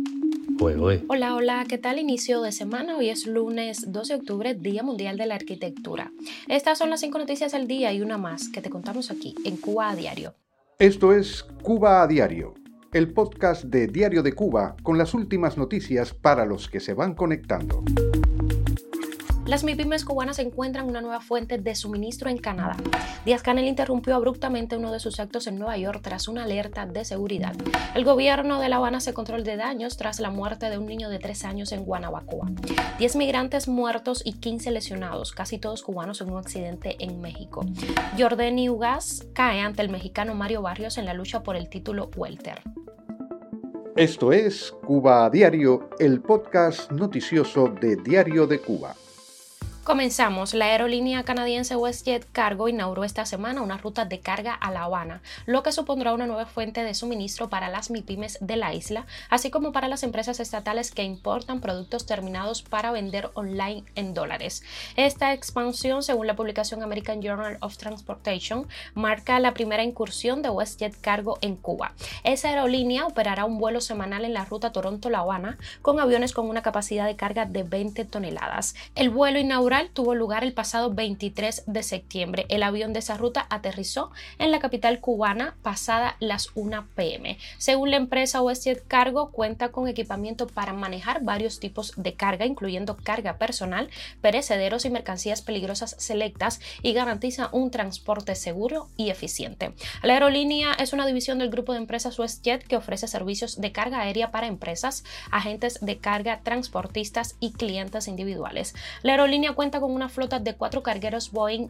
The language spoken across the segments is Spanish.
Hola, hola, ¿qué tal inicio de semana? Hoy es lunes 12 de octubre, Día Mundial de la Arquitectura. Estas son las 5 noticias del día y una más que te contamos aquí en Cuba a Diario. Esto es Cuba a Diario, el podcast de Diario de Cuba con las últimas noticias para los que se van conectando. Las MIPYMES cubanas encuentran una nueva fuente de suministro en Canadá. Díaz-Canel interrumpió abruptamente uno de sus actos en Nueva York tras una alerta de seguridad. El gobierno de La Habana hace control de daños tras la muerte de un niño de 3 años en Guanabacoa. 10 migrantes muertos y 15 lesionados, casi todos cubanos en un accidente en México. Jordani Ugaz cae ante el mexicano Mario Barrios en la lucha por el título welter. Esto es Cuba a Diario, el podcast noticioso de Diario de Cuba. Comenzamos. La aerolínea canadiense WestJet Cargo inauguró esta semana una ruta de carga a La Habana, lo que supondrá una nueva fuente de suministro para las MIPYMES de la isla, así como para las empresas estatales que importan productos terminados para vender online en dólares. Esta expansión, según la publicación American Journal of Transportation, marca la primera incursión de WestJet Cargo en Cuba. Esa aerolínea operará un vuelo semanal en la ruta Toronto-La Habana con aviones con una capacidad de carga de 20 toneladas. El vuelo inaugural tuvo lugar el pasado 23 de septiembre. El avión de esa ruta aterrizó en la capital cubana pasada las 1 p.m. Según la empresa, WestJet Cargo cuenta con equipamiento para manejar varios tipos de carga, incluyendo carga personal, perecederos y mercancías peligrosas selectas, y garantiza un transporte seguro y eficiente. La aerolínea es una división del grupo de empresas WestJet que ofrece servicios de carga aérea para empresas, agentes de carga, transportistas y clientes individuales. La aerolínea cuenta con una flota de 4 cargueros Boeing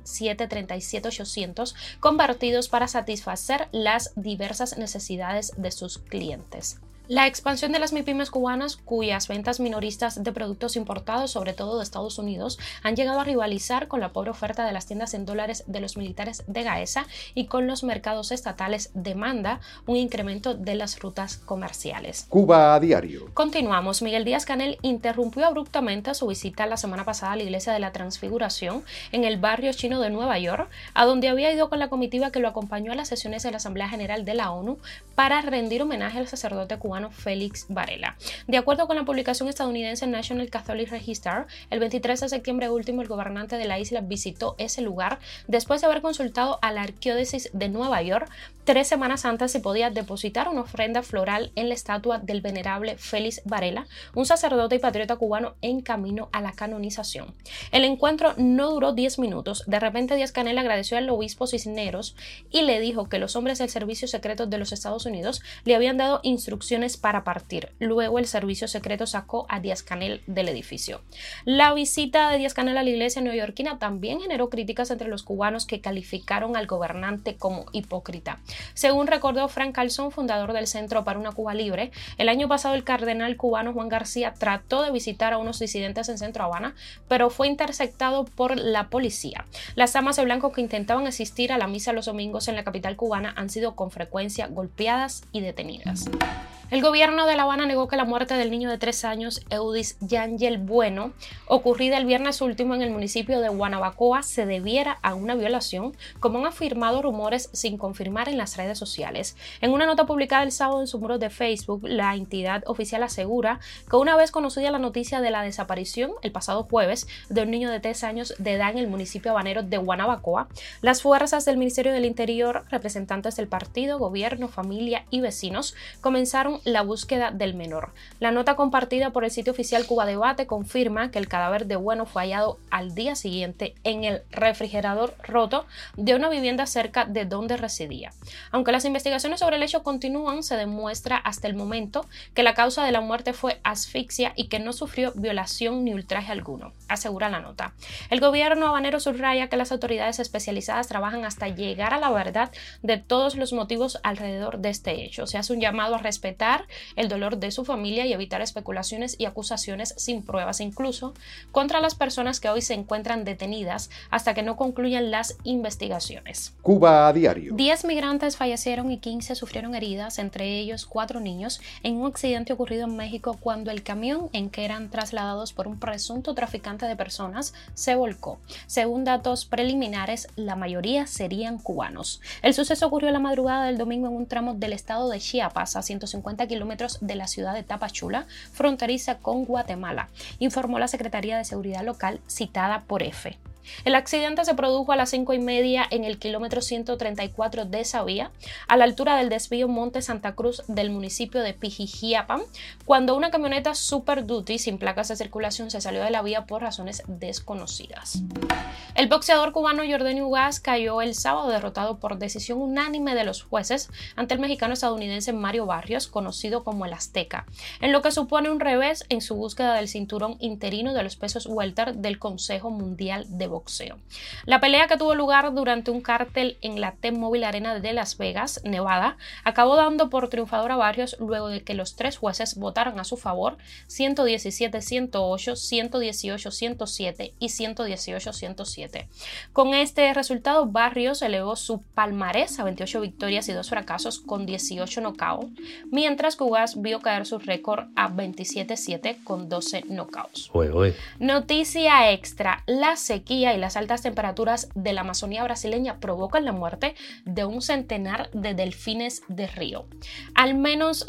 737-800 convertidos para satisfacer las diversas necesidades de sus clientes. La expansión de las MIPYMES cubanas, cuyas ventas minoristas de productos importados, sobre todo de Estados Unidos, han llegado a rivalizar con la pobre oferta de las tiendas en dólares de los militares de Gaesa y con los mercados estatales, demanda un incremento de las rutas comerciales. Cuba a Diario. Continuamos. Miguel Díaz-Canel interrumpió abruptamente su visita la semana pasada a la Iglesia de la Transfiguración en el barrio chino de Nueva York, a donde había ido con la comitiva que lo acompañó a las sesiones de la Asamblea General de la ONU para rendir homenaje al sacerdote cubano Félix Varela. De acuerdo con la publicación estadounidense National Catholic Register, el 23 de septiembre último el gobernante de la isla visitó ese lugar después de haber consultado a la Arquidiócesis de Nueva York 3 semanas antes si podía depositar una ofrenda floral en la estatua del venerable Félix Varela, un sacerdote y patriota cubano en camino a la canonización. El encuentro no duró 10 minutos. De repente Díaz-Canel agradeció al obispo Cisneros y le dijo que los hombres del Servicio Secreto de los Estados Unidos le habían dado instrucciones para partir. Luego el servicio secreto sacó a Díaz-Canel del edificio. La visita de Díaz-Canel a la iglesia neoyorquina también generó críticas entre los cubanos que calificaron al gobernante como hipócrita. Según recordó Frank Carlson, fundador del Centro para una Cuba Libre, el año pasado el cardenal cubano Juan García trató de visitar a unos disidentes en Centro Habana, pero fue interceptado por la policía. Las damas de blanco que intentaban asistir a la misa los domingos en la capital cubana han sido con frecuencia golpeadas y detenidas. El gobierno de La Habana negó que la muerte del niño de 3 años, Eudis Yangel Bueno, ocurrida el viernes último en el municipio de Guanabacoa, se debiera a una violación, como han afirmado rumores sin confirmar en las redes sociales. En una nota publicada el sábado en su muro de Facebook, la entidad oficial asegura que una vez conocida la noticia de la desaparición, el pasado jueves, de un niño de 3 años de edad en el municipio habanero de Guanabacoa, las fuerzas del Ministerio del Interior, representantes del partido, gobierno, familia y vecinos comenzaron la búsqueda del menor. La nota compartida por el sitio oficial Cuba Debate confirma que el cadáver de Bueno fue hallado al día siguiente en el refrigerador roto de una vivienda cerca de donde residía. Aunque las investigaciones sobre el hecho continúan, se demuestra hasta el momento que la causa de la muerte fue asfixia y que no sufrió violación ni ultraje alguno, asegura la nota. El gobierno habanero subraya que las autoridades especializadas trabajan hasta llegar a la verdad de todos los motivos alrededor de este hecho. Se hace un llamado a respetar el dolor de su familia y evitar especulaciones y acusaciones sin pruebas, incluso contra las personas que hoy se encuentran detenidas hasta que no concluyan las investigaciones. Cuba a Diario. 10 migrantes fallecieron y 15 sufrieron heridas, entre ellos 4 niños, en un accidente ocurrido en México cuando el camión en que eran trasladados por un presunto traficante de personas se volcó. Según datos preliminares, la mayoría serían cubanos. El suceso ocurrió la madrugada del domingo en un tramo del estado de Chiapas, a 150 50 kilómetros de la ciudad de Tapachula, fronteriza con Guatemala, informó la Secretaría de Seguridad Local citada por EFE. El accidente se produjo a las 5:30 en el kilómetro 134 de esa vía, a la altura del desvío Monte Santa Cruz del municipio de Pijijiapan, cuando una camioneta Super Duty sin placas de circulación se salió de la vía por razones desconocidas. El boxeador cubano Yordenis Ugas cayó el sábado derrotado por decisión unánime de los jueces ante el mexicano estadounidense Mario Barrios, conocido como el Azteca, en lo que supone un revés en su búsqueda del cinturón interino de los pesos welter del Consejo Mundial de Boxeo. La pelea, que tuvo lugar durante un cártel en la T-Mobile Arena de Las Vegas, Nevada, acabó dando por triunfador a Barrios luego de que los tres jueces votaron a su favor 117-108, 118-107 y 118-107. Con este resultado, Barrios elevó su palmarés a 28 victorias y 2 fracasos con 18 knockouts, mientras que Ugas vio caer su récord a 27-7 con 12 knockouts. Noticia extra: la sequía y las altas temperaturas de la Amazonía brasileña provocan la muerte de un centenar de delfines de río. Al menos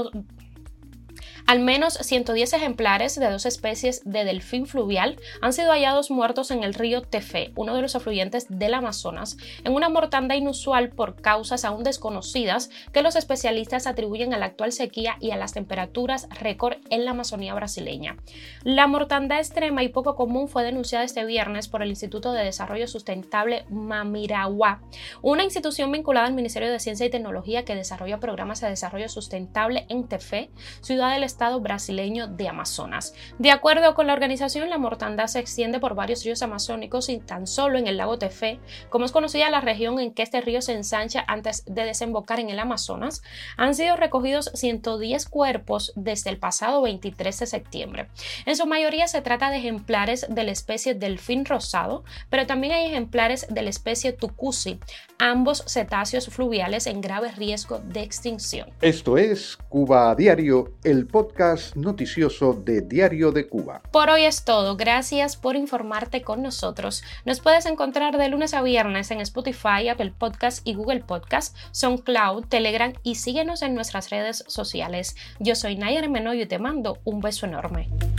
110 ejemplares de 2 especies de delfín fluvial han sido hallados muertos en el río Tefé, uno de los afluentes del Amazonas, en una mortandad inusual por causas aún desconocidas que los especialistas atribuyen a la actual sequía y a las temperaturas récord en la Amazonía brasileña. La mortandad extrema y poco común fue denunciada este viernes por el Instituto de Desarrollo Sustentable Mamirauá, una institución vinculada al Ministerio de Ciencia y Tecnología que desarrolla programas de desarrollo sustentable en Tefé, ciudad del estado brasileño de Amazonas. De acuerdo con la organización, la mortandad se extiende por varios ríos amazónicos y tan solo en el lago Tefé, como es conocida la región en que este río se ensancha antes de desembocar en el Amazonas, han sido recogidos 110 cuerpos desde el pasado 23 de septiembre. En su mayoría se trata de ejemplares de la especie delfín rosado, pero también hay ejemplares de la especie tucusi, ambos cetáceos fluviales en grave riesgo de extinción. Esto es Cuba a Diario, el podcast noticioso de Diario de Cuba. Por hoy es todo. Gracias por informarte con nosotros. Nos puedes encontrar de lunes a viernes en Spotify, Apple Podcast y Google Podcast, SoundCloud, Telegram y síguenos en nuestras redes sociales. Yo soy Nayar Menoyo y te mando un beso enorme.